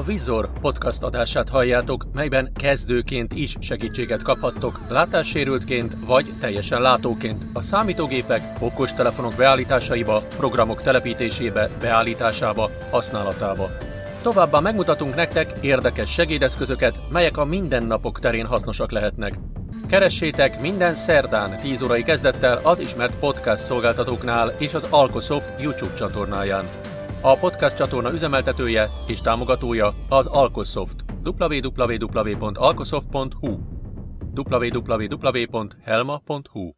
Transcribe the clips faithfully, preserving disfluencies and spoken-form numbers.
A Vizor podcast adását halljátok, melyben kezdőként is segítséget kaphattok, látássérültként vagy teljesen látóként a számítógépek, okostelefonok beállításaiba, programok telepítésébe, beállításába, használatába. Továbbá megmutatunk nektek érdekes segédeszközöket, melyek a mindennapok terén hasznosak lehetnek. Keressétek minden szerdán tíz órai kezdettel az ismert podcast szolgáltatóknál és az Alkosoft YouTube csatornáján. A podcast csatorna üzemeltetője és támogatója az Alkosoft. double-u double-u double-u pont alkosoft pont hu double-u double-u double-u pont helma pont hu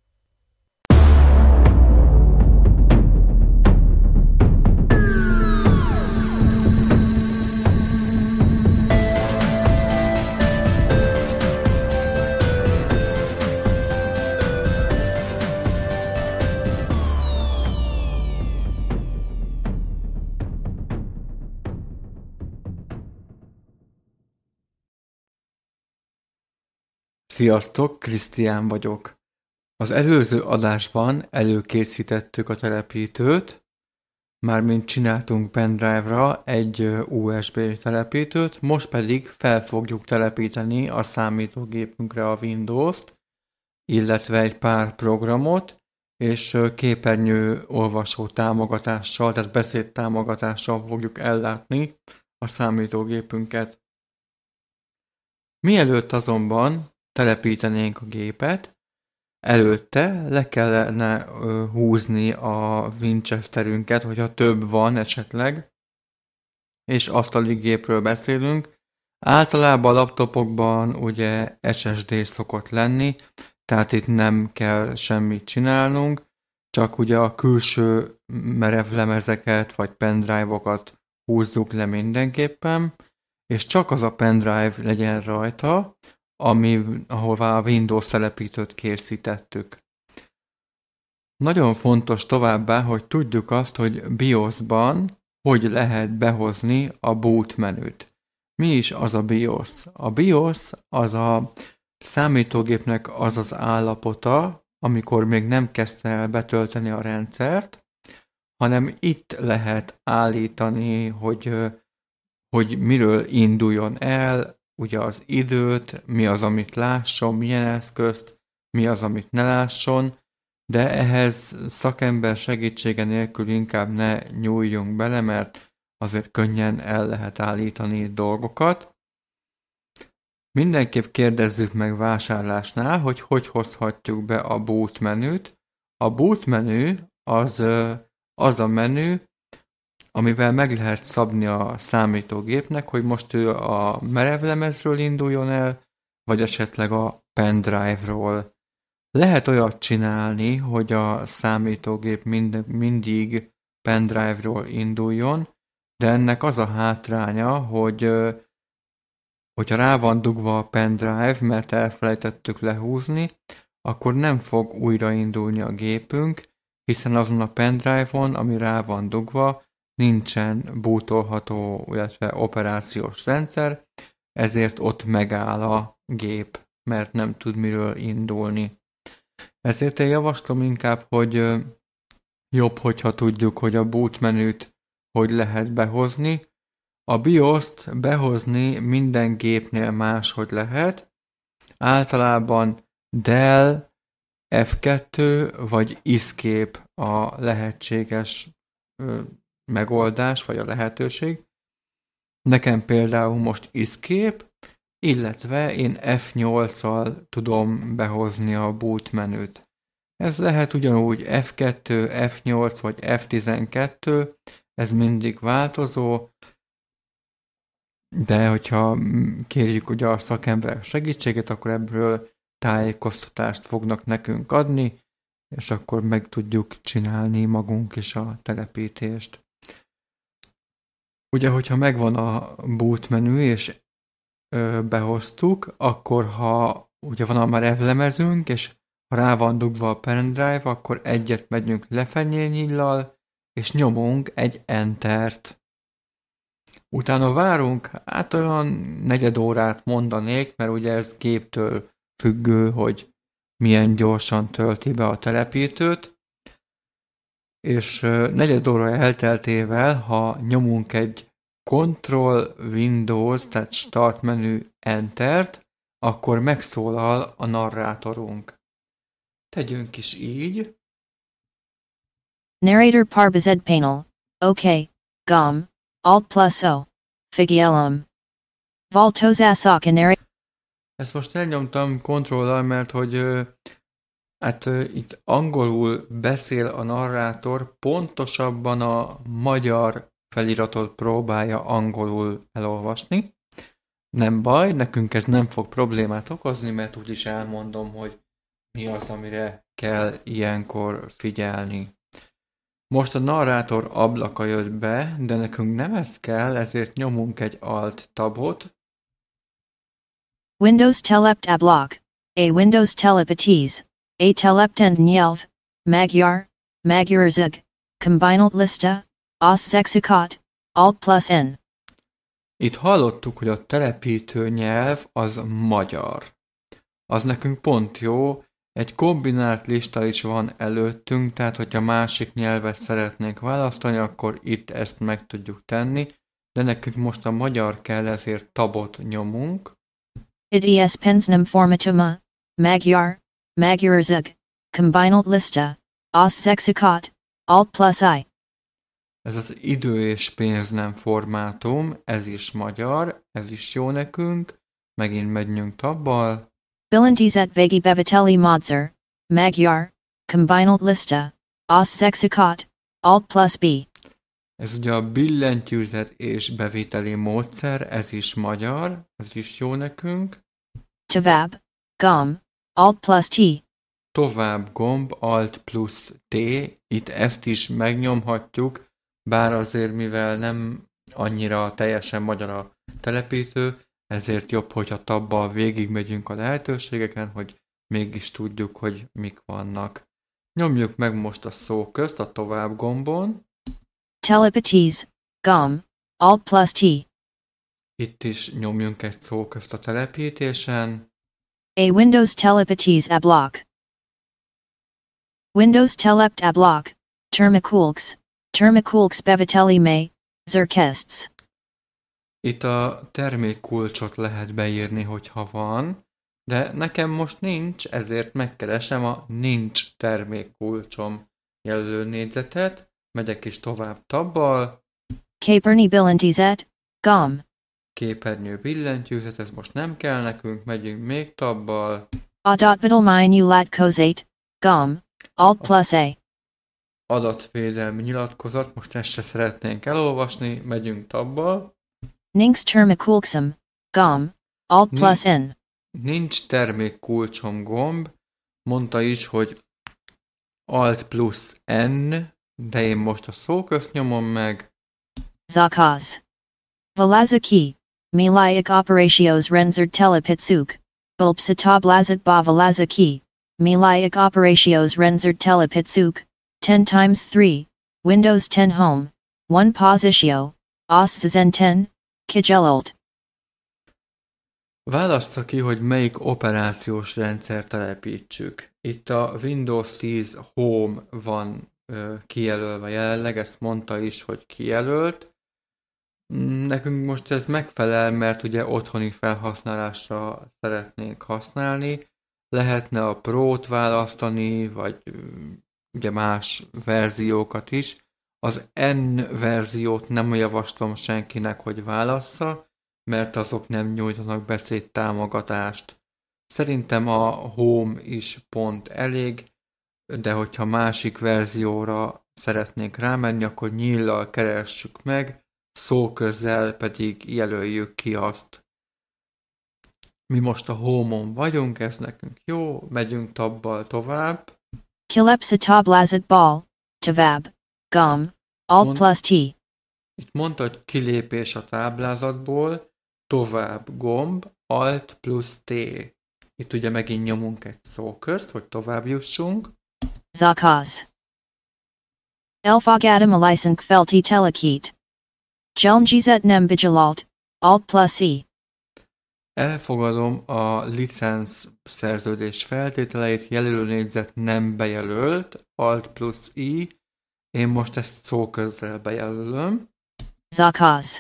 Sziasztok, Krisztián vagyok. Az előző adásban előkészítettük a telepítőt, mármint csináltunk pendrive-ra egy u es bé telepítőt, most pedig fel fogjuk telepíteni a számítógépünkre a Windows-t, illetve egy pár programot, és képernyő olvasó támogatással, tehát beszéd támogatással fogjuk ellátni a számítógépünket. Mielőtt azonban telepítenénk a gépet, előtte le kellene ö, húzni a Winchesterünket, hogyha több van esetleg, és asztali gépről beszélünk. Általában a laptopokban ugye es es dé szokott lenni, tehát itt nem kell semmit csinálnunk, csak ugye a külső merevlemezeket vagy pendrive-okat húzzuk le mindenképpen, és csak az a pendrive legyen rajta, ami, ahová a Windows telepítőt készítettük. Nagyon fontos továbbá, hogy tudjuk azt, hogy BIOS-ban hogy lehet behozni a boot menüt. Mi is az a BIOS? A BIOS az a számítógépnek az az állapota, amikor még nem kezdte el betölteni a rendszert, hanem itt lehet állítani, hogy, hogy miről induljon el, ugye az időt, mi az, amit lásson, milyen eszközt, mi az, amit ne lásson, de ehhez szakember segítsége nélkül inkább ne nyúljunk bele, mert azért könnyen el lehet állítani dolgokat. Mindenképp kérdezzük meg vásárlásnál, hogy hogy hozhatjuk be a boot menüt. A boot menü az, az a menü, amivel meg lehet szabni a számítógépnek, hogy most ő a merevlemezről induljon el, vagy esetleg a pendrive-ról. Lehet olyat csinálni, hogy a számítógép mind, mindig pendrive-ról induljon, de ennek az a hátránya, hogy hogyha rá van dugva a pendrive, mert elfelejtettük lehúzni, akkor nem fog újraindulni a gépünk, hiszen azon a pendrive-on, ami rá van dugva, nincsen bootolható, illetve operációs rendszer, ezért ott megáll a gép, mert nem tud miről indulni. Ezért én javaslom inkább, hogy jobb, hogyha tudjuk, hogy a boot menüt hogy lehet behozni. A BIOS-t behozni minden gépnél máshogy lehet. Általában Dell, ef kettő vagy Escape a lehetséges megoldás, vagy a lehetőség. Nekem például most Escape, illetve én ef nyolccal tudom behozni a boot menüt. Ez lehet ugyanúgy ef kettő, ef nyolc vagy ef tizenkettő, ez mindig változó, de hogyha kérjük ugye a szakemberek segítséget, akkor ebből tájékoztatást fognak nekünk adni, és akkor meg tudjuk csinálni magunk is a telepítést. Ugye, hogyha megvan a boot menü, és ö, behoztuk, akkor ha ugye van a merevlemezünk, és ha rá van dugva a pendrive, akkor egyet megyünk lefenyérnyillal, és nyomunk egy Entert. Utána várunk, hát olyan negyed órát mondanék, mert ugye ez géptől függő, hogy milyen gyorsan tölti be a telepítőt, és negyed óra elteltével, ha nyomunk egy Control Windows, tehát Start menü Entert, akkor megszólal a narrátorunk. Tegyünk is így. Narrator Parbazed Panel. OK. Gom. Alt plus O. Figielum. Valtozasok and narrator. Ezt most elnyomtam kontrollal, mert hogy hát itt angolul beszél a narrátor, pontosabban a magyar feliratot próbálja angolul elolvasni. Nem baj, nekünk ez nem fog problémát okozni, mert úgyis elmondom, hogy mi az, amire kell ilyenkor figyelni. Most a narrátor ablaka jött be, de nekünk nem ez kell, ezért nyomunk egy Alt tabot. Windows telept ablak. A Windows telepaties. A teleptend nyelv. Magyar. Magyarzug. Combined lista. Os zexicot. Alt plus N. Itt hallottuk, hogy a telepítő nyelv az magyar. Az nekünk pont jó, egy kombinált lista is van előttünk, tehát hogyha másik nyelvet szeretnénk választani, akkor itt ezt meg tudjuk tenni, de nekünk most a magyar kell, ezért tabot nyomunk. It es pensnum formatuma. Magyar. Magyarzug. Combined lista. Os zexicot. Alt plus I. Ez az idő és pénz nem formátum, ez is magyar, ez is jó nekünk. Megint megyünk tabbal. Bilantizet vegi beviteli modzer. Magyar. Combined lista. Os zexicot. Alt plus B. Ez ugye a billentyűzet és beviteli módszer, ez is magyar, ez is jó nekünk. Tovább. Gom. Alt plus T. Tovább gomb, Alt plusz T, itt ezt is megnyomhatjuk, bár azért mivel nem annyira teljesen magyar a telepítő, ezért jobb, hogyha tabbal végigmegyünk a lehetőségeken, hogy mégis tudjuk, hogy mik vannak. Nyomjuk meg most a szó közt a tovább gombon. Telepaties. Gom. Alt plus T. Itt is nyomjunk egy szó közt a telepítésen. A Windows telepaties ablak. Windows telept ablak. Termiculx. Termiculx beviteli me. Zerkests. Itt a termékkulcsot lehet beírni, hogyha van, de nekem most nincs, ezért megkeresem a nincs termékkulcsom jelölő négyzetet, megyek is tovább tabbal. Caperni billantizet. Gom. Képernyő billentyűzet, ez most nem kell nekünk, megyünk még tabbal. Adatvital mine ulat cosate. Gom. Alt plus A. Adatvédelmi nyilatkozat, most ezt se szeretnénk elolvasni, megyünk tabbal. Ninx termiculxum. Gom. Alt plus N. Nincs termékkulcsom gomb, mondta is, hogy Alt plusz N, de én most a szóközt nyomom meg. Zakaz. Velazaki. Milaik operatios renzer telepitsuk. Bulpsita blazit ba velazaki. Milaik operatios renzer telepitsuk. ten times three. Windows ten home. one positio. Os zen ten. Kigelolt. Válassza ki, hogy melyik operációs rendszer telepítsük. Itt a Windows tíz Home van ö, kijelölve jelenleg, ezt mondta is, hogy kijelölt. Nekünk most ez megfelel, mert ugye otthoni felhasználásra szeretnénk használni. Lehetne a Pro-t választani, vagy ugye más verziókat is. Az N verziót nem javaslom senkinek, hogy válassza, mert azok nem nyújtanak beszédtámogatást. Szerintem a Home is pont elég, de hogyha másik verzióra szeretnék rámenni, akkor nyíllal keressük meg, szóközzel pedig jelöljük ki azt. Mi most a Home-on vagyunk, ez nekünk jó, megyünk tabbal tovább. Kilepsita blazit bal. Tovább. Gom. Alt Mond- plus T. Itt mondta, hogy kilépés a táblázatból, tovább gomb, Alt plusz T. Itt ugye megint nyomunk egy szóközt, hogy tovább jussunk. Zakaz. Elfogadom a licenk felti telekit. Jelmgizet nem vigilalt. Alt plus E. Elfogadom a licensz szerződés feltételeit, jelölőnégyzet nem bejelölt, Alt plusz I. Én most ezt szóközzel bejelölöm. Zakaz.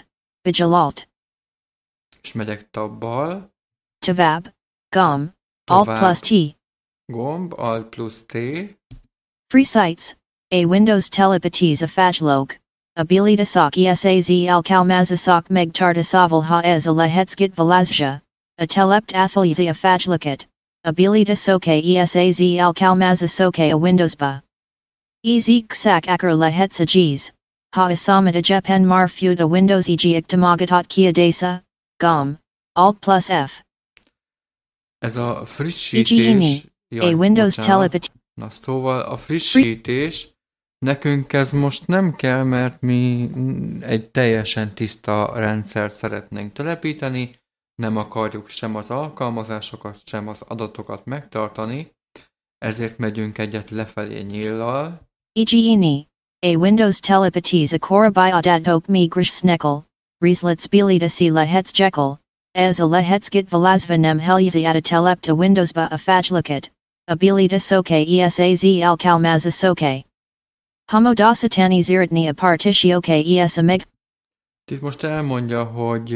Vigilalt. És megyek tabbal. Tavab. Gom. Alt Tovább. plus T. Gomb, Alt plusz T. Free sites. A Windows telepaties a fajlog. Abilitasak esaz alkalmazasak meg tartasaval ha ez a lehetskit velazja. A telept athalzi a fajlakat. Abilitasoke esaz alkalmazasoke a Windowsba. Easy ksak akar lehetsages. Ha asamata jepen mar feud a Windows eg iktamagatot kia desa. Gom. Alt plus F. Ez a E G frissítés... A Windows telepaty. Na szóval a frissítés, nekünk ez most nem kell, mert mi egy teljesen tiszta rendszert szeretnénk telepíteni, nem akarjuk sem az alkalmazásokat, sem az adatokat megtartani, ezért megyünk egyet lefelé nyíllal. E G A Windows telepaties a korabai adatok migris snekel, Rieslets bilitasi lehets jekyll, ez a lehetskit velazva nem helyizi a telepta Windowsba a fajlakat. Abilitasoke esaz alkalmazasoke. Homodosatani ziritni a partitionoke es a meg. Itt most elmondja, hogy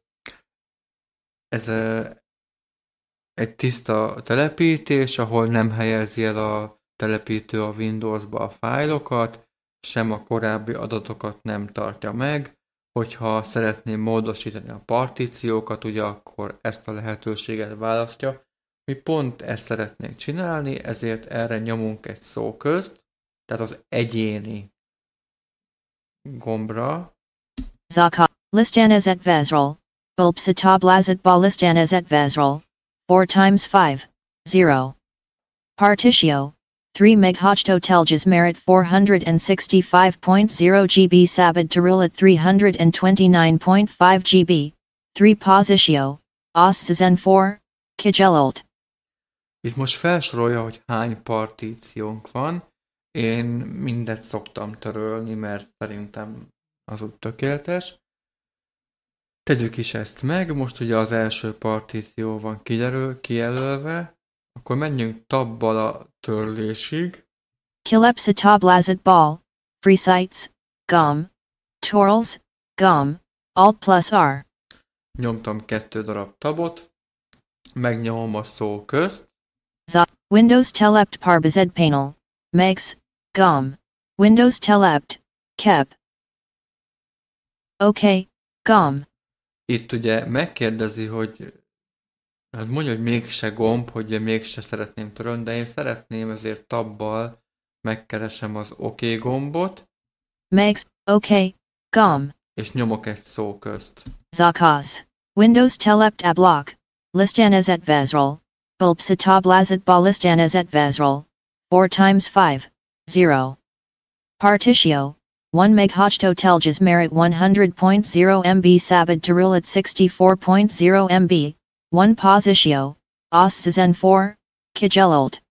ez egy tiszta telepítés, ahol nem helyezi el a telepítő a Windowsba a fájlokat, sem a korábbi adatokat nem tartja meg. Hogyha szeretném módosítani a partíciókat, ugye akkor ezt a lehetőséget választja. Mi pont ezt szeretnénk csinálni, ezért erre nyomunk egy szóközt, tehát az egyéni gombra. Zaka, listanezet vezrol, bulbsata blazat ba listanezet vezrol, four times five, zero. Partitio, three meghajto telges merit four hundred sixty-five point zero gigabytes sabad tarulat three hundred twenty-nine point five gigabytes, three positio, oszazen four, kijelolt. Itt most felsorolja, hogy hány partíciónk van. Én mindet szoktam törölni, mert szerintem az úgy tökéletes. Tegyük is ezt meg, most ugye az első partíció van kijelöl, kijelölve, akkor menjünk tabbal a törlésig. Kilepsata blazat ball, free sites, gom, torals, gom, alt plus R. Nyomtam kettő darab tabot, megnyomom a szó közt. Za, Windows telept parbazed panel, megs, gom, Windows telept, kep. OK, gom. Itt ugye megkérdezi, hogy hát mondja, hogy mégse gomb, hogy mégse szeretném törölni, de én szeretném, ezért tabbal megkeresem az OK gombot. Megs, OK, gom. És nyomok egy szó közt. Zakaz. Windows telept a block. Listanezet vezrol. Bulbsata blazat ba listanezet vezrol. four times five, zero. Partitio. one meghajto telges merit one hundred point zero megabytes sabad tarulat sixty-four point zero megabytes, one positio, oszazen four, kijelolt.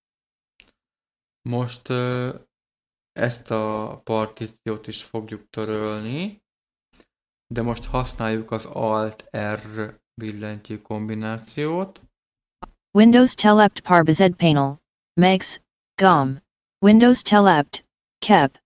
Most uh, ezt a partíciót is fogjuk törölni, de most használjuk az Alt-R billentyű kombinációt. Windows telept parbazed panel, megs, gom, Windows telept, kep.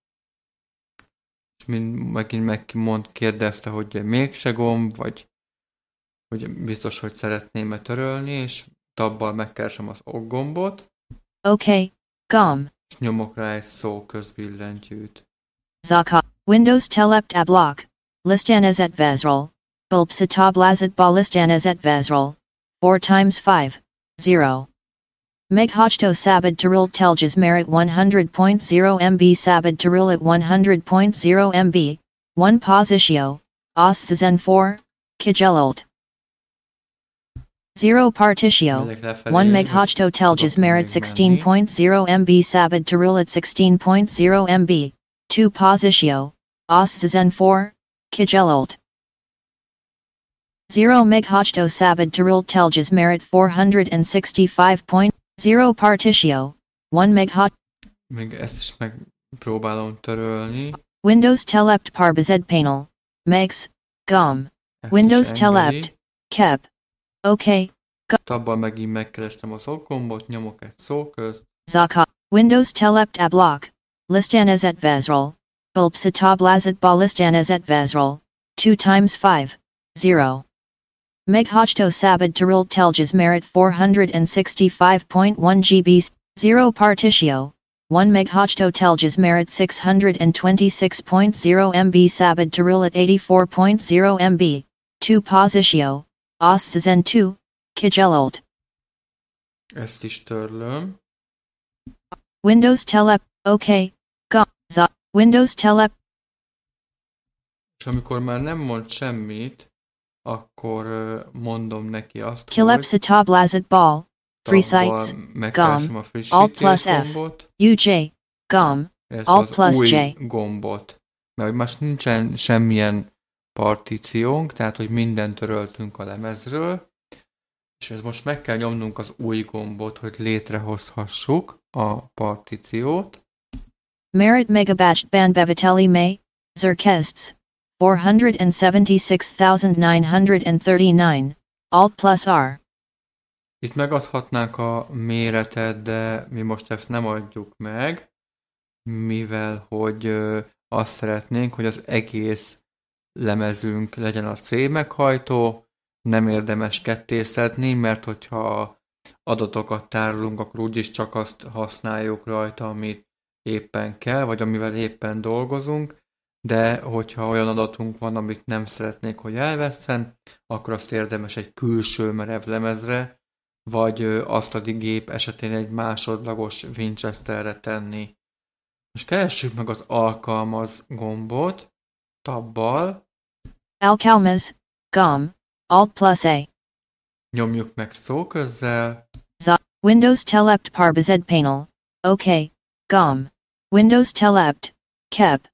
Mind, megint megmond, kérdezte, hogy mégse gomb, vagy hogy biztos, hogy szeretném-e törölni, és tabbal megkeresem az OK gombot. OK, gom. És nyomok rá egy szó közbillentyűt. Zaka, Windows telept a block, listanezet vezrol, bulbsata blazat ba listanezet vezrol, four times five, zero. Meghajto sabad tarul telges merit one hundred point zero megabytes sabad tarulat one hundred point zero megabytes, one positio, oszazen four, kijelolt. zero partitio, one meghajto telges merit sixteen point zero megabytes sabad tarulat sixteen point zero megabytes, two positio, oszazen four, kijelolt. zero meghajto sabad tarul telges merit four hundred sixty-five point zero partitio, one meghaj. Még ezt is megpróbálom törölni. Windows telept parbazed panel, megs, gom, Windows telept, kep. OK, Tabbal megint megkerestem az OK gombot, nyomok egy szó közt. Zaka, Windows telept a block, listanezet vezrol, bulbsata blazat ba listanezet vezrol, two times five, zero. Meghajto Sabad Tirul Teljas Merit four sixty-five point one gigabytes, zero Partitio, one Meghajto Teljas Merit six twenty-six point zero megabytes Sabad Tirul at eighty-four point zero megabytes, two Positio, Oszzen two, Kijelolt. Ezt is törlöm. Windows Telep, OK, Ga, Za, Windows Telep. És amikor már nem mond semmit, akkor mondom neki azt, Kilepsa Tablazat Ball, Free Sites, megkeresem a Alt plus frissítés F, gombot, U J, Gom, illetve Alt az plus új J. gombot. Mert hogy most nincsen semmilyen partíciónk, tehát hogy mindent töröltünk a lemezről, és ez most meg kell nyomnunk az új gombot, hogy létrehozhassuk a partíciót. Merit Megabatch Banbeviteli May, Zerkezts, four seventy-six thousand nine hundred thirty-nine, Alt plus R. Itt megadhatnánk a méretet, de mi most ezt nem adjuk meg, mivel hogy ö, azt szeretnénk, hogy az egész lemezünk legyen a C meghajtó, nem érdemes kettészedni, mert hogyha adatokat tárolunk, akkor úgyis csak azt használjuk rajta, amit éppen kell, vagy amivel éppen dolgozunk, de hogyha olyan adatunk van, amit nem szeretnék, hogy elvesszen, akkor azt érdemes egy külső merev lemezre, vagy azt a gép esetén egy másodlagos Winchesterre tenni. Most keressük meg az alkalmaz gombot, tabbal, Alkalmaz, Gom, Alt plus A. nyomjuk meg szóközzel, Za, Windows Telept Parbazed Panel, OK, Gom, Windows Telept, Kep,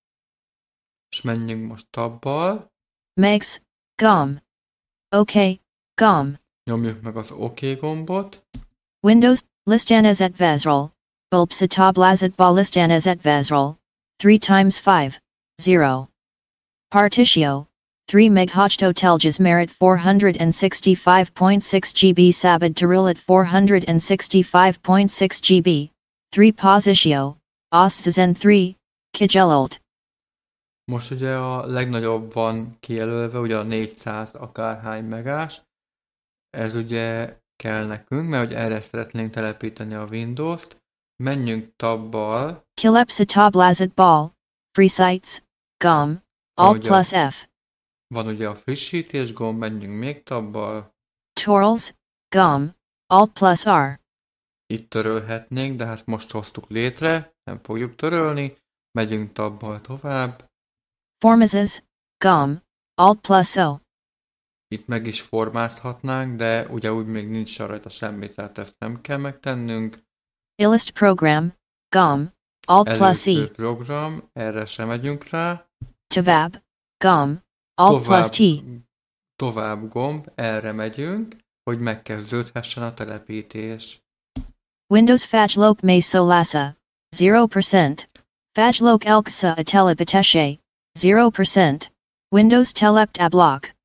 és menjünk most tabbal, Megs, Gom, OK, Gom, nyomjuk meg az OK gombot, Windows, Listanezet Vazrol, Bulbsa Tablazat Ba Listanezet Vazrol, three times five, zero. Partitio, three Meghajto Teljas Merit four sixty-five point six gigabytes Sabad Tirul at four sixty-five point six gigabytes, three Positio, Oszzen three, Kijelolt. Most ugye a legnagyobb van kijelölve, ugye a négyszáz akárhány megás. Ez ugye kell nekünk, mert hogy erre szeretnénk telepíteni a Windows-t. Menjünk tabbal. Kilepsa Tablazat Ball, Free Sites, Gom, Alt Ugye, plus F. van ugye a frissítés gomb, menjünk még tabbal. Torals, Gom, Alt plus R. Itt törölhetnénk, de hát most hoztuk létre, nem fogjuk törölni. Megyünk tabbal tovább. Formazes, Gom, Alt plus O. Itt meg is formázhatnánk, de ugye úgy még nincs rajta semmi, tehát ezt nem kell megtennünk. Illust Program, Gom, Alt plus Először E. program, erre sem megyünk rá. Tavab, Gom, Alt plus T. Tovább gomb, erre megyünk, hogy megkezdődhessen a telepítés. Windows Fajlok May Solasa, zero percent. Fajlok Elksa a Telepiteshe, zero percent. Windows Telept a Block.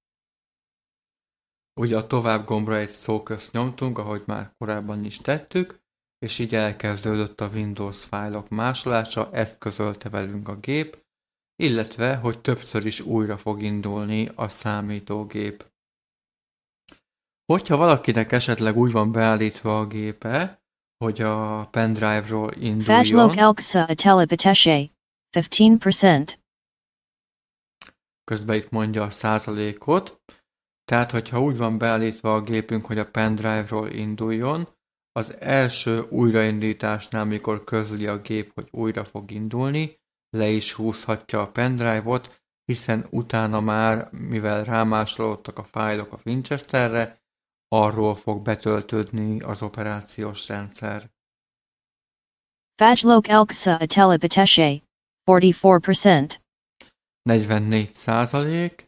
Ugye a tovább gombra egy szóközt nyomtunk, ahogy már korábban is tettük, és így elkezdődött a Windows fájlok másolása, ezt közölte velünk a gép, illetve, hogy többször is újra fog indulni a számítógép. Hogyha valakinek esetleg úgy van beállítva a gépe, hogy a pendrive-ról induljon, Fajlok Elksa a Telepiteshe, fifteen percent. közben itt mondja a százalékot, tehát hogyha úgy van beállítva a gépünk, hogy a pendrive-ról induljon, az első újraindításnál, mikor közli a gép, hogy újra fog indulni, le is húzhatja a pendrive-ot, hiszen utána már, mivel rámásolódtak a fájlok a Winchesterre, arról fog betöltődni az operációs rendszer. Fajlok Elksa a Telepiteshe, forty-four percent. negyvennégy százalék.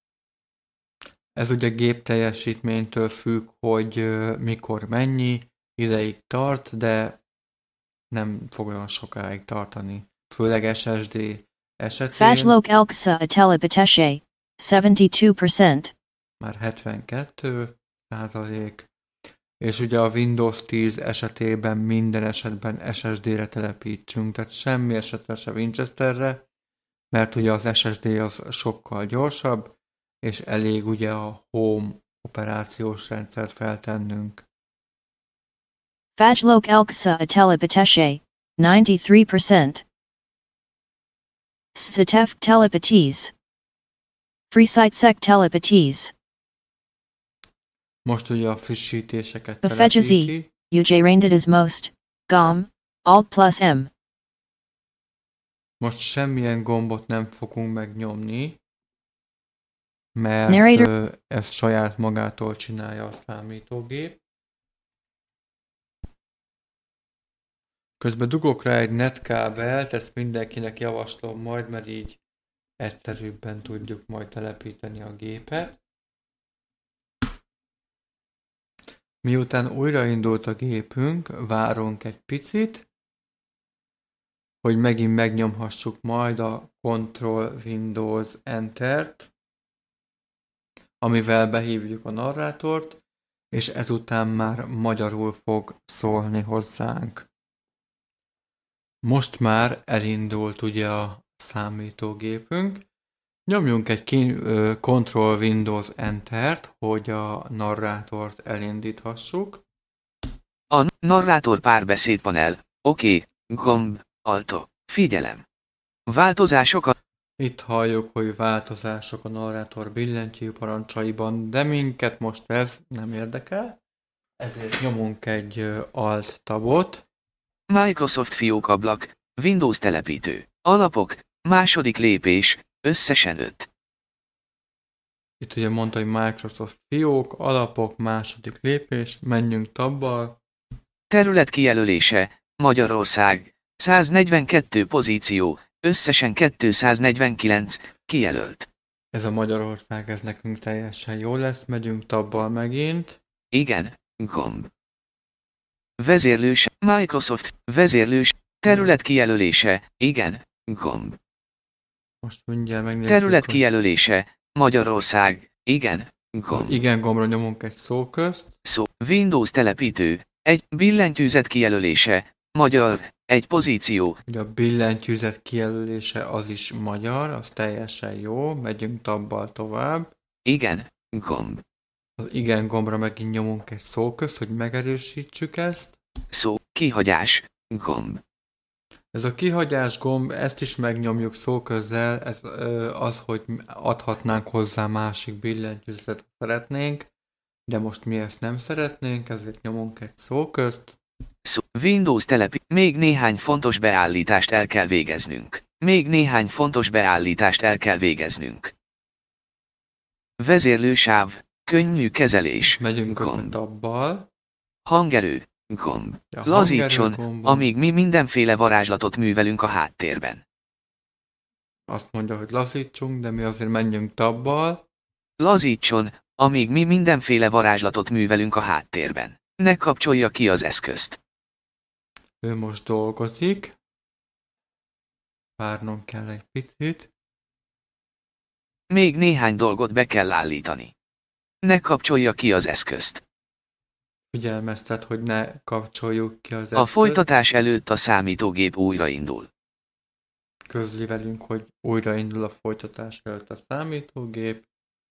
Ez ugye gép teljesítménytől függ, hogy uh, mikor mennyi ideig tart, de nem fog olyan sokáig tartani. Főleg es es dé esetén Fajlok Elksa a Telepiteshe, seventy-two percent. már hetvenkettő százalék. És ugye a Windows tíz esetében minden esetben es es dé-re telepítsünk, tehát semmi esetre se Winchesterre, mert ugye az es es dé az sokkal gyorsabb, és elég ugye a home operációs rendszert feltennünk. Fajlok elksa a telepeteshe, ninety-three percent. Satef telepatis. FreeSitesec telepatis. Most ugye a frissítéseket Befejazi, telepíti. uj reindet is most, gom, alt plus m. Most semmilyen gombot nem fogunk megnyomni, mert Narrator. ö, ezt saját magától csinálja a számítógép. Közben dugok rá egy netkábelt, ezt mindenkinek javaslom majd, mert így egyszerűbben tudjuk majd telepíteni a gépet. Miután újraindult a gépünk, várunk egy picit, hogy megint megnyomhassuk majd a Control Windows Enter-t, amivel behívjuk a narrátort, és ezután már magyarul fog szólni hozzánk. Most már elindult ugye a számítógépünk. Nyomjunk egy Control Windows Enter-t, hogy a narrátort elindíthassuk. A narrátor párbeszédpanel. Oké, okay. Gomb, alto, figyelem. Változások a... Itt halljuk, hogy változások a narrátor billentyű parancsaiban, de minket most ez nem érdekel, ezért nyomunk egy Alt tabot. Microsoft fiókablak, Windows telepítő, alapok, második lépés, összesen öt. Itt ugye mondta, hogy Microsoft fiók, alapok, második lépés, menjünk tabbal. Terület kijelölése, Magyarország, száznegyvenkettő pozíció, összesen kétszáznegyvenkilenc, kijelölt. Ez a Magyarország, ez nekünk teljesen jó lesz, megyünk tabbal megint. Igen, gomb. Vezérlős, Microsoft, vezérlős, terület kijelölése, igen, gomb. Most mindjárt megnézzük. Terület hogy... kijelölése, Magyarország, igen, gomb. Igen gombra nyomunk egy szóközt. Szó, Windows telepítő, egy billentyűzet kijelölése, magyar, egy pozíció. Ugye a billentyűzet kijelölése az is magyar, az teljesen jó, megyünk tabbal tovább. Igen, gomb. Az igen gombra megint nyomunk egy szóközt, hogy megerősítsük ezt. Szó, kihagyás, gomb. Ez a kihagyás gomb, ezt is megnyomjuk szóközzel, ez ö, az, hogy adhatnánk hozzá másik billentyűzetet, ha szeretnénk, de most mi ezt nem szeretnénk, ezért nyomunk egy szóközt. Szó, Windows telepi, még néhány fontos beállítást el kell végeznünk. Még néhány fontos beállítást el kell végeznünk. Vezérlősáv, könnyű kezelés, Megyünk gomb. közben tabbal. Hangerő, gomb. Ja, Lazítson, hangerő gombon. amíg mi mindenféle varázslatot művelünk a háttérben. Azt mondja, hogy lazítsunk, de mi azért menjünk tabbal. Lazítson, amíg mi mindenféle varázslatot művelünk a háttérben. Ne kapcsolja ki az eszközt. Ő most dolgozik. Várnunk kell egy picit. Még néhány dolgot be kell állítani. Ne kapcsolja ki az eszközt. Figyelmeztet, hogy ne kapcsoljuk ki az A eszközt. folytatás előtt a számítógép újraindul. Közli velünk, hogy újraindul a folytatás előtt a számítógép.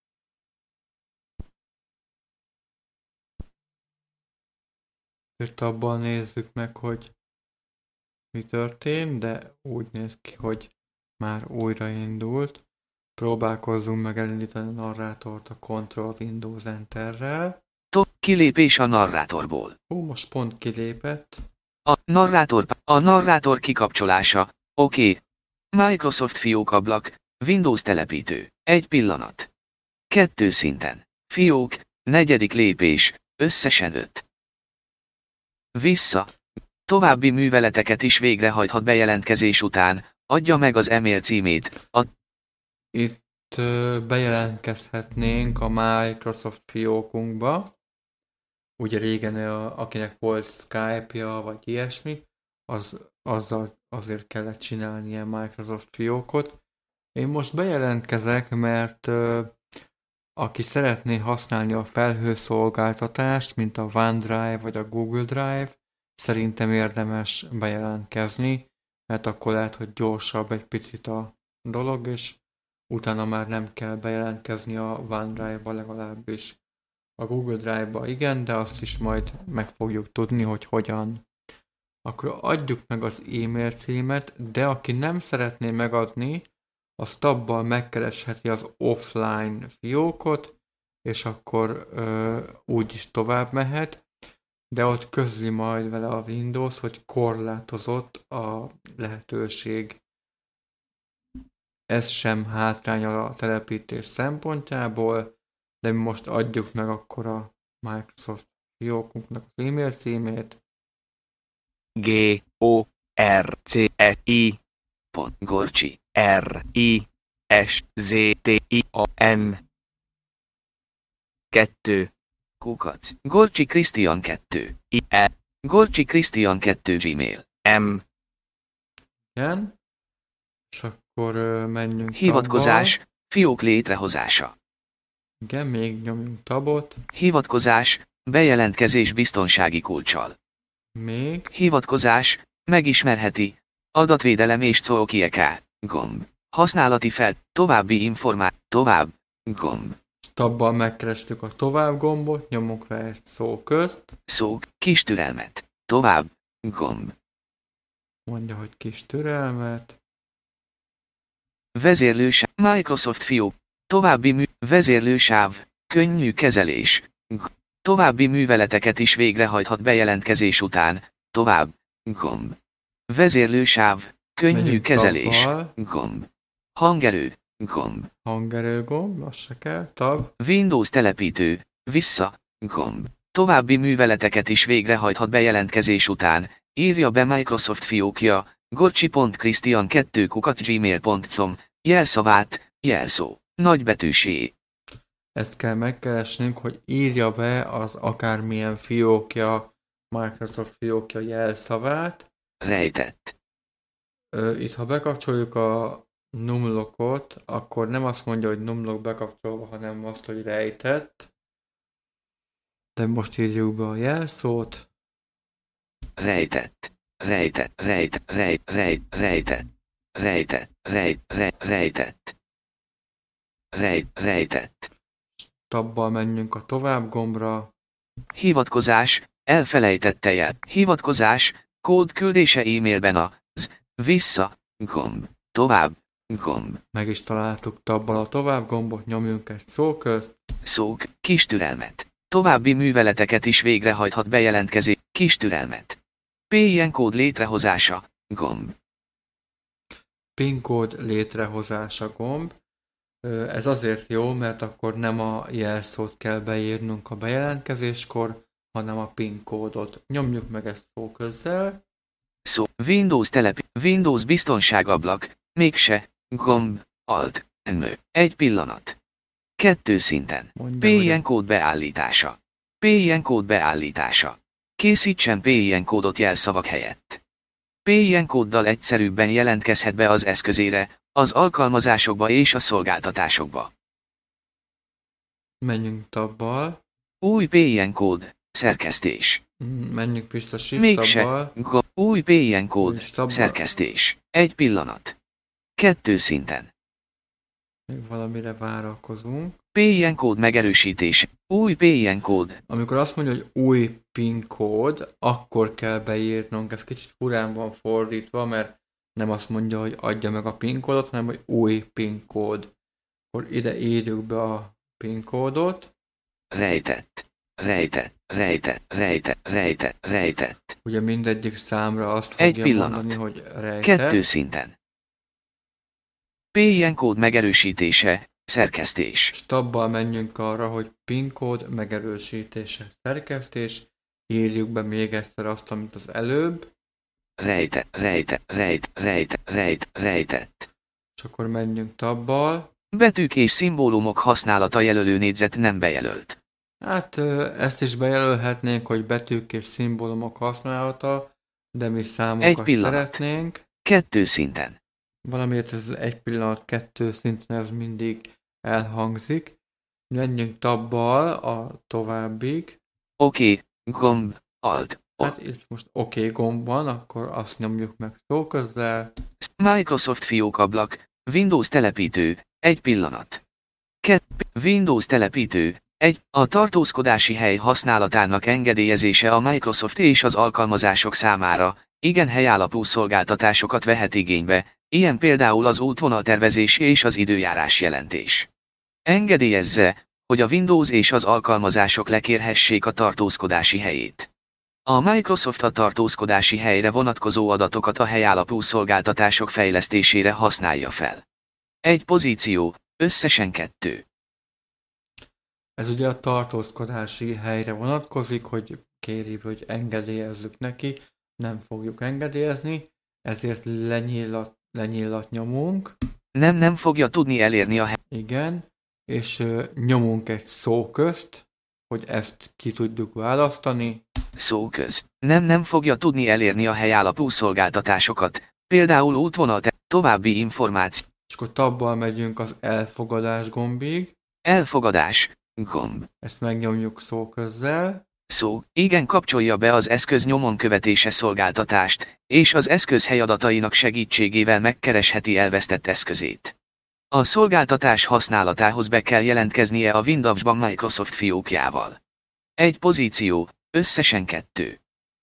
Most abban nézzük meg, hogy mi történt, de úgy néz ki, hogy már újraindult. Próbálkozzunk meg elindítani a narrátort a Control Windows Enter-rel. Top kilépés a narrátorból. Ó, most pont kilépett. A narrátor, a narrátor kikapcsolása. Oké. Okay. Microsoft fiókablak, Windows telepítő. Egy pillanat. Kettő szinten. Fiók, negyedik lépés, összesen öt. Vissza. További műveleteket is végrehajthat bejelentkezés után. Adja meg az e-mail címét. A... Itt ö, bejelentkezhetnénk a Microsoft fiókunkba. Ugye régen, a, akinek volt Skype-ja, vagy ilyesmi, az, azzal azért kellett csinálni ilyen Microsoft fiókot. Én most bejelentkezek, mert ö, aki szeretné használni a felhőszolgáltatást, mint a OneDrive vagy a Google Drive, szerintem érdemes bejelentkezni, mert akkor lehet, hogy gyorsabb egy picit a dolog, és utána már nem kell bejelentkezni a OneDrive-ba, legalábbis a Google Drive-ba igen, de azt is majd meg fogjuk tudni, hogy hogyan. Akkor adjuk meg az e-mail címet, de aki nem szeretné megadni, az tabbal megkeresheti az offline fiókot, és akkor ö, úgy is tovább mehet, de ott közli majd vele a Windows, hogy korlátozott a lehetőség. Ez sem hátrány a telepítés szempontjából, de mi most adjuk meg akkor a Microsoft fiókunknak az e-mail címét. G O R C E I Gorcsi R I S Z T I A N kettő kukac Gorcsi Krisztián kettő I E Gorcsi Krisztián kettő Gmail M Igen. És akkor ö, menjünk Hivatkozás, tabbal. fiók létrehozása. Igen, még nyomjunk tabot. Hivatkozás, bejelentkezés biztonsági kulccsal. Még. Hivatkozás, megismerheti, adatvédelem és C O K I E K, gomb. Használati fel, további informá, tovább, gomb. Tabbal megkerestük a tovább gombot, nyomunk rá egy szó közt. Szó, kis türelmet, tovább, gomb. Mondja, hogy kis türelmet. Vezérlősáv, Microsoft fiók, további mű, vezérlősáv, könnyű kezelés. G- további műveleteket is végrehajthat bejelentkezés után, tovább, gomb. Vezérlősáv, könnyű Megyünk kezelés, tabbal. gomb. Hangerő, gomb. Hangerő gomb, az se kell, tab. Windows telepítő, vissza, gomb. További műveleteket is végrehajthat bejelentkezés után, írja be Microsoft fiókja, gorcsi pont krisztián kettő kukac gmail pont com, jelszavát, jelszó, nagybetűsé. Ezt kell megkeresnünk, hogy írja be az akármilyen fiókja, Microsoft fiókja jelszavát. Rejtett. Ö, Itt ha bekapcsoljuk a numlockot, akkor nem azt mondja, hogy numlock bekapcsolva, hanem azt, hogy rejtett. De most írjuk be a jelszót. Rejtett. Rejtett. Rejt. Rejt. Rejt. Rejtett. Rejtett. Rejt. Rejt. Rejtett. Rejt. Rejtett. Tabbal menjünk a tovább gombra. Hivatkozás, elfelejtette jel. Hivatkozás, kód küldése e-mailben a z, vissza, gomb, tovább, gomb, Meg is találtuk tabbal a tovább gombot, nyomjunk egy szó közt. szók, kis türelmet. További műveleteket is végrehajthat bejelentkezés, kis türelmet. PIN kód létrehozása, gomb. PIN kód létrehozása gomb. Ö, Ez azért jó, mert akkor nem a jelszót kell beírnunk a bejelentkezéskor, hanem a PIN kódot. Nyomjuk meg ezt szóközzel. Szó, Windows telepi, Windows biztonságablak, mégse, gomb, alt, mő. Egy pillanat. Kettő szinten. Mondja, hogy PIN kód beállítása. PIN kód beállítása. Készítsen PIN kódot jelszavak helyett. PIN kóddal egyszerűbben jelentkezhet be az eszközére, az alkalmazásokba és a szolgáltatásokba. menjünk tabbal. Új PIN kód, szerkesztés. Mm, Menjünk vissza shift Mégse, tabbal. go- új PIN kód, És tabbal. szerkesztés. Egy pillanat. Kettő szinten. Még valamire várakozunk. PIN kód megerősítés. Új PIN kód. Amikor azt mondja, hogy új PIN kód, akkor kell beírnunk. Ez kicsit furán van fordítva, mert nem azt mondja, hogy adja meg a PIN kódot, hanem hogy új PIN kód. Akkor ide írjuk be a PIN kódot. Rejtett. Rejtett. Rejtett. Rejtett. Rejtett. Rejtett. Ugye mindegyik számra azt Egy fogja pillanat. mondani, hogy rejtett. Kettő szinten. PIN kód megerősítése. Szerkesztés. És tabbal menjünk arra, hogy PIN kód megerősítése, szerkesztés. Írjuk be még egyszer azt, amit az előbb. Rejtett. Rejtett. Rejt. Rejt. Rejt. Rejtett. És akkor menjünk tabbal. Betűk és szimbólumok használata jelölő négyzet nem bejelölt. Hát ö, ezt is bejelölhetnénk, hogy betűk és szimbólumok használata, de mi Egy számokat pillanat. szeretnénk. Kettő szinten. Valamiért ez egy pillanat, kettő szinten ez mindig elhangzik. Menjünk tabbal a továbbig. Oké. Gomb. Alt. O. Hát itt most oké okay gomb van, akkor azt nyomjuk meg szóközzel. Microsoft fiókablak. Windows telepítő, egy pillanat. kettő. Windows telepítő, egy. A tartózkodási hely használatának engedélyezése a Microsoft és az alkalmazások számára igen helyállapú szolgáltatásokat vehet igénybe, ilyen például az útvonaltervezés és az időjárás jelentés. Engedélyezze, hogy a Windows és az alkalmazások lekérhessék a tartózkodási helyét. A Microsoft a tartózkodási helyre vonatkozó adatokat a helyállapú szolgáltatások fejlesztésére használja fel. Egy pozíció, összesen kettő. Ez ugye a tartózkodási helyre vonatkozik, hogy kéri, hogy engedélyezzük neki, nem fogjuk engedélyezni, ezért lenyillat, lenyillat nyomunk. Nem, nem fogja tudni elérni a helyet. Igen, és ö, nyomunk egy szóközt, hogy ezt ki tudjuk választani. Szóköz. Nem, nem fogja tudni elérni a helyállapú szolgáltatásokat, például útvonal, további információ. És akkor tabbal megyünk az elfogadás gombig. Elfogadás, gomb. Ezt megnyomjuk szóközzel. Szó, igen, kapcsolja be az eszköz nyomon követése szolgáltatást, és az eszköz helyadatainak segítségével megkeresheti elvesztett eszközét. A szolgáltatás használatához be kell jelentkeznie a Windowsban Microsoft fiókjával. Egy pozíció, összesen kettő.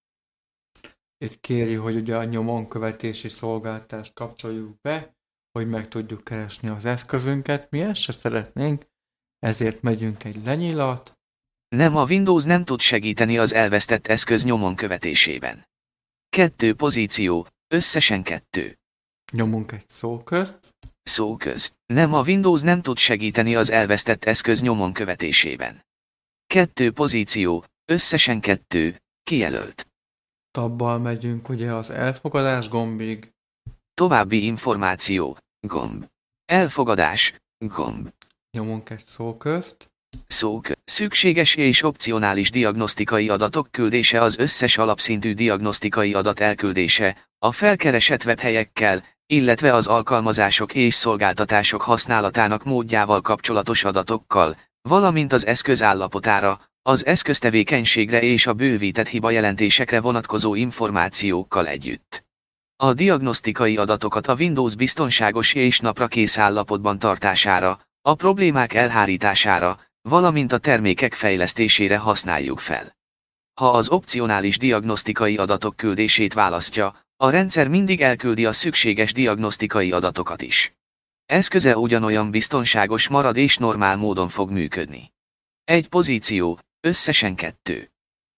Itt kéri, hogy ugye a nyomon követési szolgáltást kapcsoljuk be, hogy meg tudjuk keresni az eszközünket. Mi ezt se szeretnénk, ezért megyünk egy lenyilat. Nem, a Windows nem tud segíteni az elvesztett eszköz nyomon követésében. Kettő pozíció, összesen kettő. Nyomunk egy szóközt. Szóköz. Nem, a Windows nem tud segíteni az elvesztett eszköz nyomon követésében. Kettő pozíció, összesen kettő, kijelölt. Tabbal megyünk ugye az elfogadás gombig. További információ, gomb. Elfogadás, gomb. Nyomunk egy szóközt. Szók. Szükséges és opcionális diagnosztikai adatok küldése az összes alapszintű diagnosztikai adat elküldése, a felkeresett webhelyekkel, illetve az alkalmazások és szolgáltatások használatának módjával kapcsolatos adatokkal, valamint az eszköz állapotára, az eszköz tevékenységre és a bővített hibajelentésekre vonatkozó információkkal együtt. A diagnosztikai adatokat a Windows biztonságos és naprakész állapotban tartására, a problémák elhárítására, valamint a termékek fejlesztésére használjuk fel. Ha az opcionális diagnosztikai adatok küldését választja, a rendszer mindig elküldi a szükséges diagnosztikai adatokat is. Eszköze ugyanolyan biztonságos marad és normál módon fog működni. Egy pozíció, összesen kettő.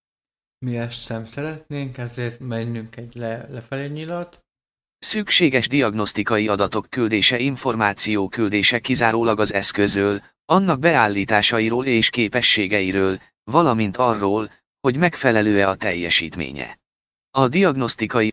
Mi ezt sem szeretnénk, ezért menjünk egy le, lefelé nyilat. Szükséges diagnosztikai adatok küldése, információ küldése kizárólag az eszközről, annak beállításairól és képességeiről, valamint arról, hogy megfelelő-e a teljesítménye. A diagnosztikai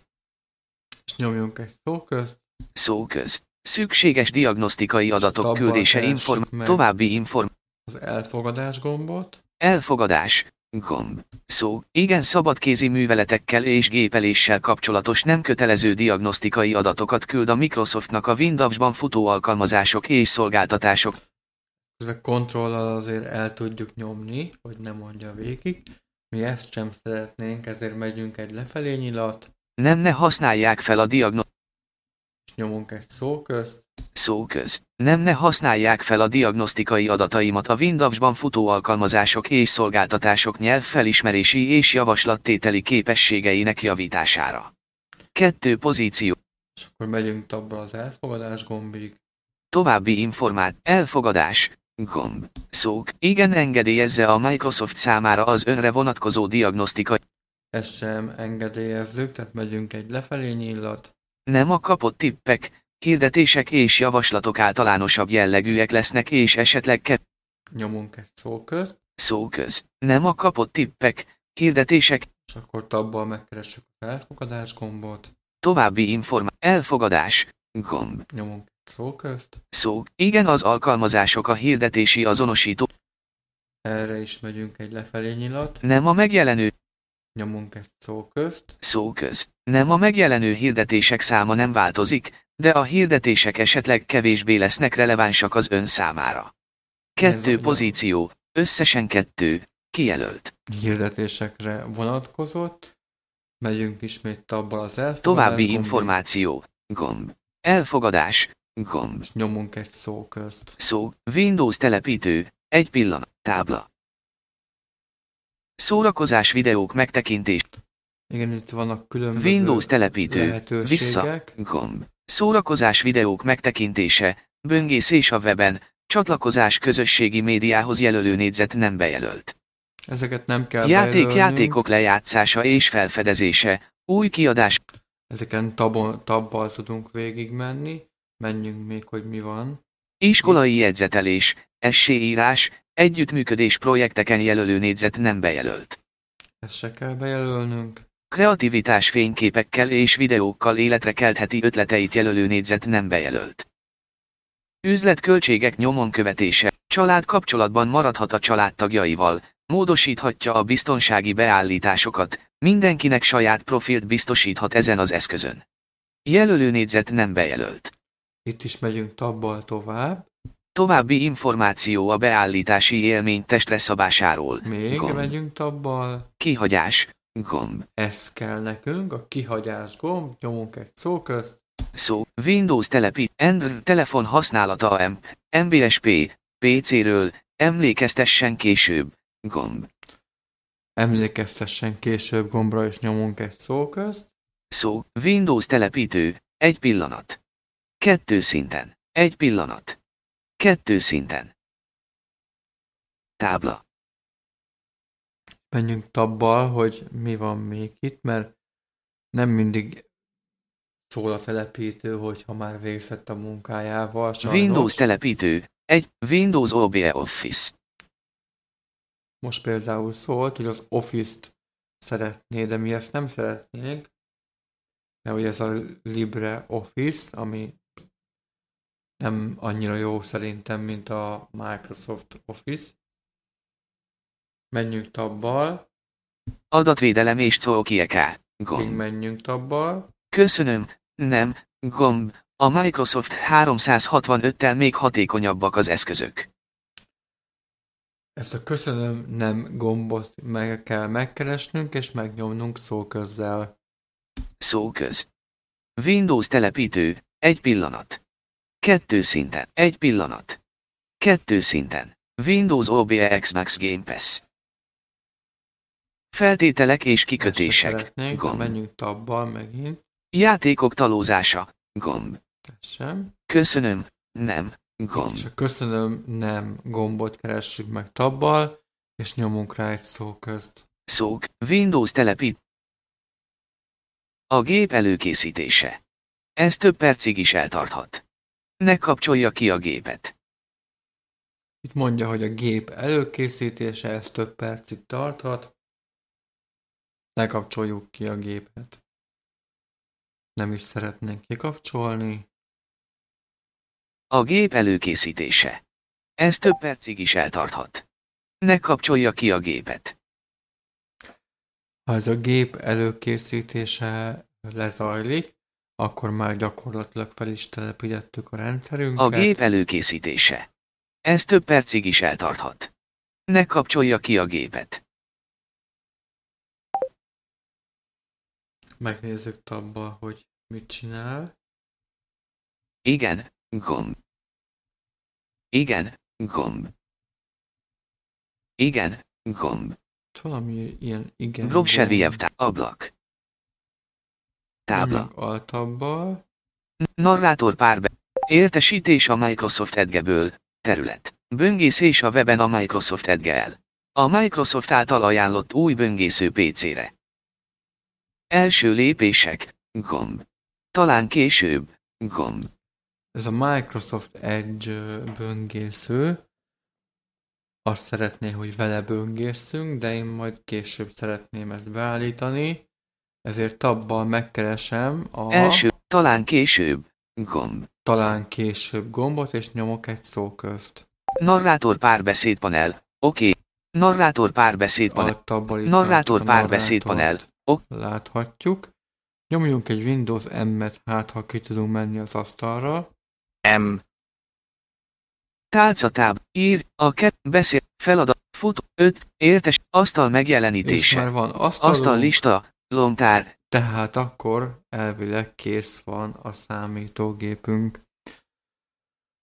És nyomjunk egy szóközt. Szóköz. Szükséges diagnosztikai adatok tabbal küldése, keressük inform meg további inform Az elfogadás gombot. elfogadás, gomb. Szó, igen, szabadkézi műveletekkel és gépeléssel kapcsolatos nem kötelező diagnosztikai adatokat küld a Microsoftnak a Windowsban futó alkalmazások és szolgáltatások. Közben kontrollal azért el tudjuk nyomni, hogy ne mondja végig. Mi ezt sem szeretnénk, ezért megyünk egy lefelé nyilat. Nem, ne használják fel a diagnosztikai És nyomunk egy szóközt. Szóköz. Nem, ne használják fel a diagnosztikai adataimat a Windowsban futó alkalmazások és szolgáltatások nyelvfelismerési és javaslattételi képességeinek javítására. Kettő pozíció. És akkor megyünk tabbal az elfogadás gombig. További informát. Elfogadás. Gomb. Szók. Igen, engedélyezze a Microsoft számára az önre vonatkozó diagnosztikai. Ezt sem engedélyezzük, tehát megyünk egy lefelé nyilat. Nem, a kapott tippek, hirdetések és javaslatok általánosabb jellegűek lesznek és esetleg ke... Nyomunk egy szóközt. Szóköz. Nem, a kapott tippek, hirdetések. És akkor tabbal megkeressük az elfogadás gombot. További informá... Elfogadás. Gomb. Nyomunk egy szóközt. Szó. Igen, az alkalmazások a hirdetési azonosító. Erre is megyünk egy lefelé nyilat. Nem, a megjelenő. Nyomunk egy szóközt. Szóköz. Nem, a megjelenő hirdetések száma nem változik, de a hirdetések esetleg kevésbé lesznek relevánsak az ön számára. Kettő pozíció, összesen kettő, kijelölt. Hirdetésekre vonatkozott. Megyünk ismét tabbal az elfogadás További gombig. információ, gomb. Elfogadás, gomb. És nyomunk egy szóközt. Szó, Windows telepítő, egy pillanat, tábla. Szórakozás videók megtekintés. Igen, itt vannak különböző Windows telepítő, lehetőségek. vissza, gomb. Szórakozás videók megtekintése, böngészés a weben, csatlakozás közösségi médiához jelölő négyzet nem bejelölt. Ezeket nem kell Játék, bejelölnünk. játékok lejátszása és felfedezése, új kiadás. Ezeken tabon, tabbal tudunk végigmenni. Menjünk még, hogy mi van. Iskolai jegyzetelés, esséírás, együttműködés projekteken jelölő négyzet nem bejelölt. Ezt se kell bejelölnünk. Kreativitás fényképekkel és videókkal életre keltheti ötleteit jelölő négyzet nem bejelölt. Üzletköltségek nyomon követése, család kapcsolatban maradhat a családtagjaival, módosíthatja a biztonsági beállításokat, mindenkinek saját profilt biztosíthat ezen az eszközön. Jelölő négyzet nem bejelölt. Itt is megyünk tabbal tovább. További információ a beállítási élmény testre szabásáról. Még Gomb. megyünk tabbal. Kihagyás, gomb. Ez kell nekünk, a kihagyás gomb. Nyomunk egy szóközt. Szó, Windows telepít, Android telefon használata M, em bé es pé, pé céről, emlékeztessen később, gomb. Emlékeztessen később gombra, és nyomunk egy szóközt. Szó, Windows telepítő, egy pillanat. Kettő szinten, egy pillanat. Kettő szinten. Tábla. Menjünk tabbal, hogy mi van még itt, mert nem mindig szól a telepítő, hogyha már végzett a munkájával. Sajnos. Windows telepítő, egy Windows o bé e Office. Most például szólt, hogy az Office-t szeretné, de mi ezt nem szeretnénk. De hogy ez a LibreOffice, ami nem annyira jó szerintem, mint a Microsoft Office. Menjünk tabbal. Adatvédelem és Cookieka, Még gomb. menjünk tabbal. Köszönöm, nem, gomb. A Microsoft háromszázhatvanöttel még hatékonyabbak az eszközök. Ezt a köszönöm nem gombot meg kell megkeresnünk, és megnyomnunk szóközzel. Szóköz. Windows telepítő, egy pillanat. Kettő szinten, egy pillanat. Kettő szinten. Windows o bé e Xbox Game Pass. Feltételek és Ezt se kikötések, szeretnénk, gomb. menjünk tabbal megint. Játékok talózása, gomb. Ez sem. Köszönöm, nem, gomb. És a köszönöm nem gombot keressük meg tabbal, és nyomunk rá egy szóközt. Szók, Windows telepít. A gép előkészítése. Ez több percig is eltarthat. Ne kapcsolja ki a gépet. Itt mondja, hogy a gép előkészítése, ez több percig tarthat. Ne kapcsoljuk ki a gépet. Nem is szeretnénk kikapcsolni. A gép előkészítése. Ez több percig is eltarthat. Ne kapcsolja ki a gépet. Ha ez a gép előkészítése lezajlik, akkor már gyakorlatilag fel is telepítettük a rendszerünket. A gép előkészítése. Ez több percig is eltarthat. Ne kapcsolja ki a gépet. Megnézzük tabba, hogy mit csinál. Igen, gomb. Igen, gomb. Igen, gomb. Valami ilyen igen. Browserview ablak. Tábla. Menjünk altabbal. Narrátor párbe. Értesítés a Microsoft Edge-ből. Terület. Böngészés a weben a Microsoft Edge-el. A Microsoft által ajánlott új böngésző pé cére. Első lépések. Gomb. Talán később. Gomb. Ez a Microsoft Edge böngésző. Azt szeretné, hogy vele böngészünk, de én majd később szeretném ezt beállítani. Ezért tabbal megkeresem a Első. Talán később. Gomb. talán később gombot, és nyomok egy szóközt. Narrátor párbeszédpanel. Oké. Okay. Narrátor párbeszédpanel. Altabbal itt Narrátor látjuk a párbeszédpanel. narrátort. Láthatjuk. Nyomjunk egy Windows M-et, hát ha ki tudunk menni az asztalra. M. Tálcatáb. Ír. A kett. Beszél. Feladat. Fut. öt. Értes. Asztal És megjelenítése. már van asztalunk, Asztal lista. Lomtár. tehát akkor elvileg kész van a számítógépünk.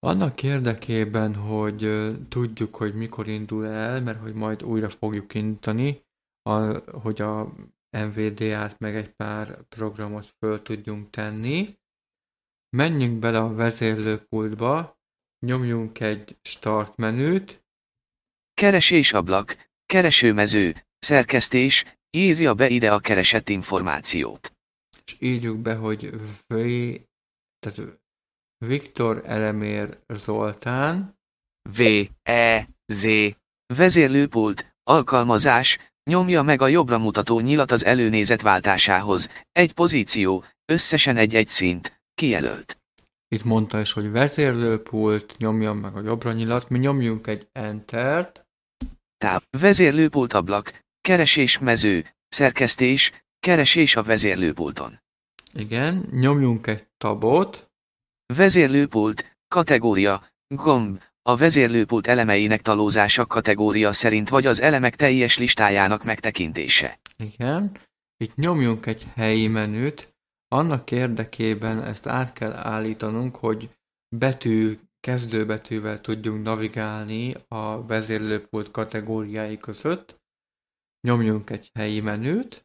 Annak érdekében, hogy ö, tudjuk, hogy mikor indul el, mert hogy majd újra fogjuk indítani, a, hogy a en vé dé á-t meg egy pár programot föl tudjunk tenni. Menjünk bele a vezérlőpultba, nyomjunk egy start menüt, Keresésablak, keresőmező, szerkesztés, írja be ide a keresett információt. és írjuk be, hogy v, tehát Viktor Elemér Zoltán, V, E, Z. Vezérlőpult, alkalmazás, nyomja meg a jobbra mutató nyilat az előnézet váltásához. Egy pozíció, összesen egy-egy szint, kijelölt. itt mondta is, hogy vezérlőpult, nyomjam meg a jobbra nyilat, mi nyomjunk egy Entert, Táv, vezérlőpult ablak, keresés mező, szerkesztés, keresés a vezérlőpulton. igen, nyomjunk egy tabot, Vezérlőpult, kategória, gomb, a vezérlőpult elemeinek talózása kategória szerint vagy az elemek teljes listájának megtekintése. igen, itt nyomjunk egy helyi menüt, annak érdekében ezt át kell állítanunk, hogy betű, kezdőbetűvel tudjunk navigálni a vezérlőpult kategóriái között. Nyomjunk egy helyi menüt,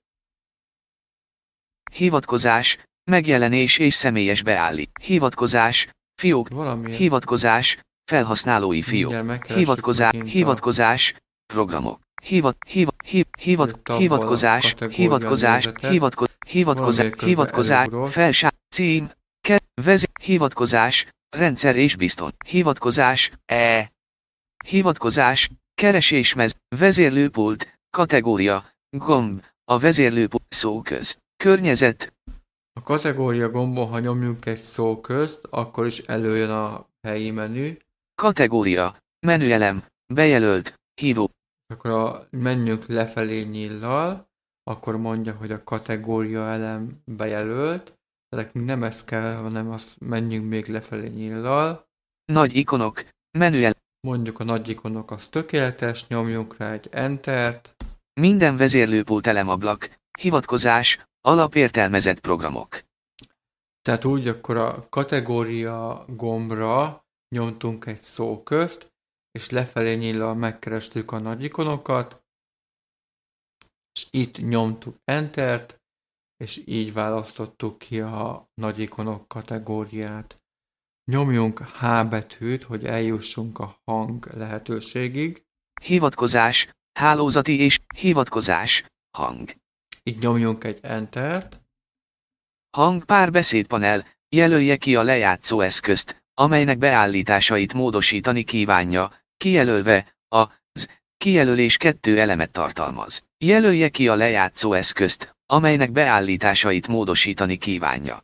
Hivatkozás, megjelenés és személyes beállít. Hivatkozás, fiók, valami hivatkozás, felhasználói fiók. mindjárt megkeressük Hivatkozás, megint a hivatkozás, programok. Hivat, hivat, hiv, hivat, tabbal hivatkozás, kategória hivatkozás, nézetet. hivatko, hivatkozás, Valamelyik közben hivatkozás, előugrott. felsá, cím, ke, vezér, hivatkozás, rendszer és bizton. Hivatkozás, e. Hivatkozás, keresésmez, vezérlőpult, kategória, gomb, a vezérlőpult, szóköz. Környezet, A kategória gombon, ha nyomjunk egy szó közt, akkor is előjön a helyi menü, kategória, menüelem, bejelölt, hívó, akkor a, menjünk lefelé nyillal, akkor mondja, hogy a kategória elem bejelölt, de nekünk nem ez kell, hanem azt menjünk még lefelé nyillal, nagy ikonok, menüelem, mondjuk a nagy ikonok az tökéletes, nyomjunk rá egy Entert, minden vezérlőpult elemablak, hivatkozás, alapértelmezett programok. tehát úgy akkor a kategória gombra nyomtunk egy szó közt, és lefelé nyillal megkerestük a nagy ikonokat, és itt nyomtuk Entert, és így választottuk ki a nagy ikonok kategóriát. Nyomjunk H betűt, hogy eljussunk a hang lehetőségig. Hivatkozás, hálózati és hivatkozás, hang. Így nyomjunk egy Entert, Hang párbeszédpanel, jelölje ki a lejátszó eszközt, amelynek beállításait módosítani kívánja, kijelölve, az kijelölés kettő elemet tartalmaz. Jelölje ki a lejátszó eszközt, amelynek beállításait módosítani kívánja.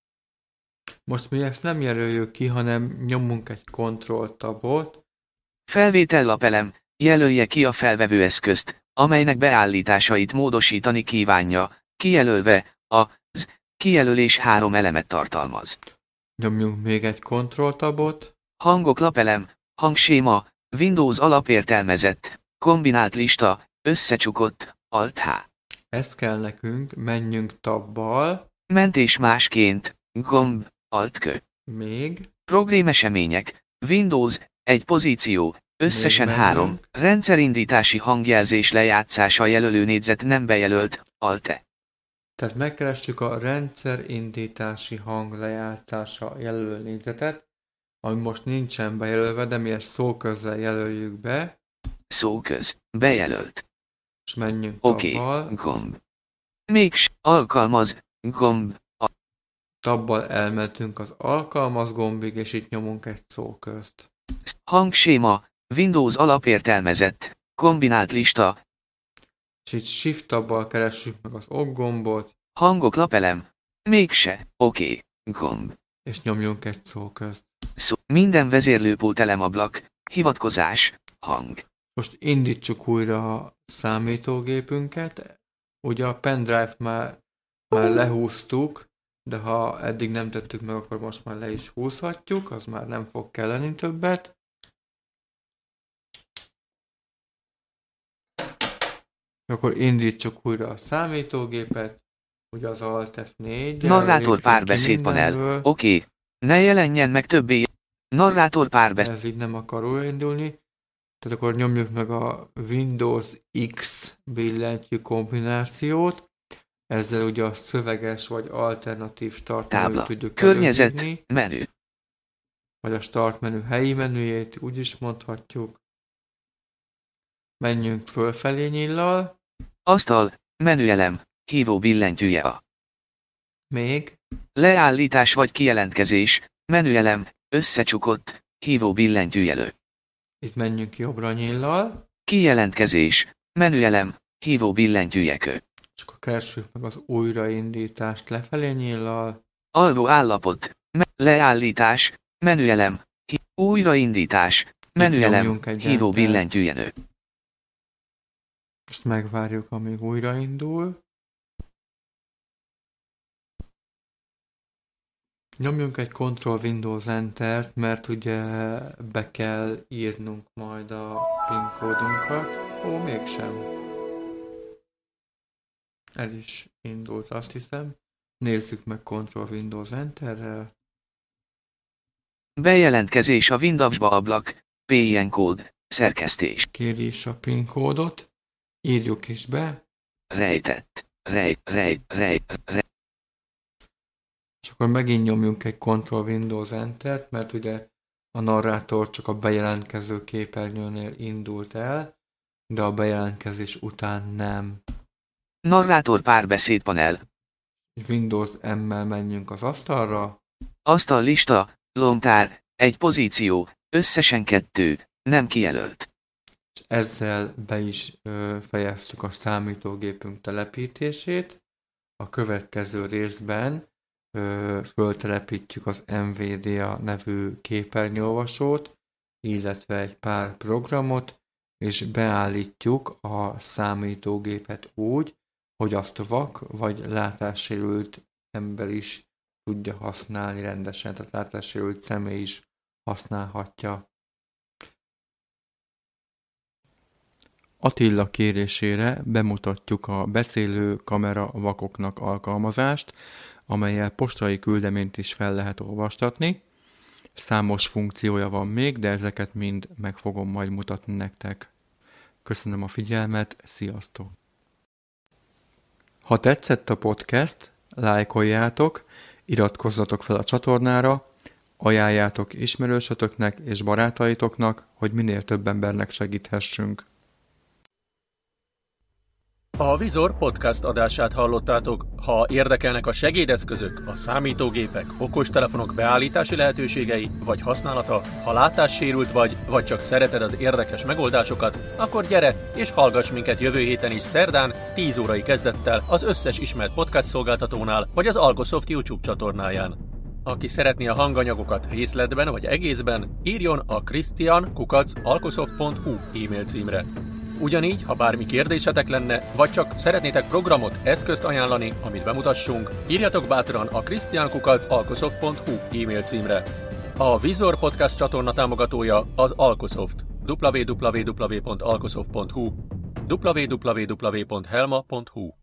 most mi ezt nem jelöljük ki, hanem nyomunk egy Ctrl tabot, Felvétellapelem, jelölje ki a felvevő eszközt, amelynek beállításait módosítani kívánja, kijelölve, az kijelölés három elemet tartalmaz. nyomjunk még egy Ctrl tabot, Hangok lapelem, hangséma, Windows alapértelmezett, kombinált lista, összecsukott, Alt-H. ez kell nekünk, menjünk tabbal, Mentés másként, gomb, Alt-Kö. még, Progrémesemények, Windows, egy pozíció, összesen Még három, megyünk. rendszerindítási hangjelzés lejátszása jelölő négyzet nem bejelölt, Alt-E. tehát megkeressük a rendszerindítási hang lejátszása jelölő négyzetet, ami most nincsen bejelölve, de mi ezt szóközzel jelöljük be, Szóköz, bejelölt, és menjünk oké, tabbal, gomb. Mégs, alkalmaz, gomb, tabbal elmentünk az alkalmaz gombig, és itt nyomunk egy szóközt. hangséma, Windows alapértelmezett, kombinált lista, És itt shift tabbal keressük meg az ok gombot, hangok lapelem, mégse, oké, gomb. és nyomjunk egy szóközt. Szó, minden vezérlőpult elemablak, hivatkozás, hang. Most indítsuk újra a számítógépünket. Ugye a pendrive-t már, már lehúztuk, de ha eddig nem tettük meg, akkor most már le is húzhatjuk, az már nem fog kelleni többet. Akkor indítsuk újra a számítógépet, ugye az Alt F négy. Narrátor párbeszédpanel, oké, ne jelenjen meg többé. Narrátor párbeszéd. Ez így nem akar újraindulni. Tehát akkor nyomjuk meg a Windows X billentyű kombinációt. Ezzel ugye a szöveges vagy alternatív start menüt tudjuk környezet, előhívni. menü. Vagy a start menü helyi menüjét úgy is mondhatjuk. Menjünk fölfelé nyillal. Asztal, menüelem, hívó billentyűje a. Még. Leállítás vagy kijelentkezés, menüelem, összecsukott, hívó billentyűjelő. Itt menjünk jobbra nyillal. Kijelentkezés, menüelem, hívó billentyűjekő. És akkor keressük meg az újraindítást lefelé nyillal. Alvó állapot, me- leállítás, menüelem, hi- újraindítás, menüelem, hívó billentyűjelő. Most megvárjuk, amíg újraindul. Nyomjunk egy Ctrl Windows Enter-t, mert ugye be kell írnunk majd a PIN kódunkat. Ó, mégsem. El is indult, azt hiszem. Nézzük meg Ctrl Windows Enter-rel. Bejelentkezés a Windows-ba ablak, PIN kód, szerkesztés. Kéri is a PIN kódot. Írjuk is be. Rejtett, rej, rej, rej, rej. És akkor megint nyomjunk egy Ctrl Windows Enter-t, mert ugye a narrátor csak a bejelentkező képernyőnél indult el, de a bejelentkezés után nem. Narrátor párbeszéd panel. Windows M-mel menjünk az asztalra. Asztal lista, lomtár, egy pozíció, összesen kettő, nem kijelölt. És ezzel be is ö, fejeztük a számítógépünk telepítését. A következő részben ö, föltelepítjük az NVIDIA nevű képernyőolvasót, illetve egy pár programot, és beállítjuk a számítógépet úgy, hogy azt vak vagy látássérült ember is tudja használni rendesen, tehát látássérült személy is használhatja. Attila kérésére bemutatjuk a beszélő kamera vakoknak alkalmazást, amellyel postai küldeményt is fel lehet olvastatni. Számos funkciója van még, de ezeket mind meg fogom majd mutatni nektek. Köszönöm a figyelmet, sziasztok! Ha tetszett a podcast, lájkoljátok, iratkozzatok fel a csatornára, ajánljátok ismerősötöknek és barátaitoknak, hogy minél több embernek segíthessünk. A Vizor podcast adását hallottátok. Ha érdekelnek a segédeszközök, a számítógépek, okostelefonok beállítási lehetőségei vagy használata, ha látássérült vagy, vagy csak szereted az érdekes megoldásokat, akkor gyere és hallgass minket jövő héten is szerdán tíz órai kezdettel az összes ismert podcast szolgáltatónál vagy az Algosoft YouTube csatornáján. Aki szeretné a hanganyagokat részletben vagy egészben, írjon a christian kukac alkosoft pont hu e-mail címre. Ugyanígy, ha bármi kérdésetek lenne, vagy csak szeretnétek programot, eszközt ajánlani, amit bemutassunk, írjatok bátran a christian kukac alkosoft pont hu e-mail címre. A Vizor Podcast csatorna támogatója az Alkosoft. double-u double-u double-u pont alkosoft pont hu double-u double-u double-u pont helma pont hu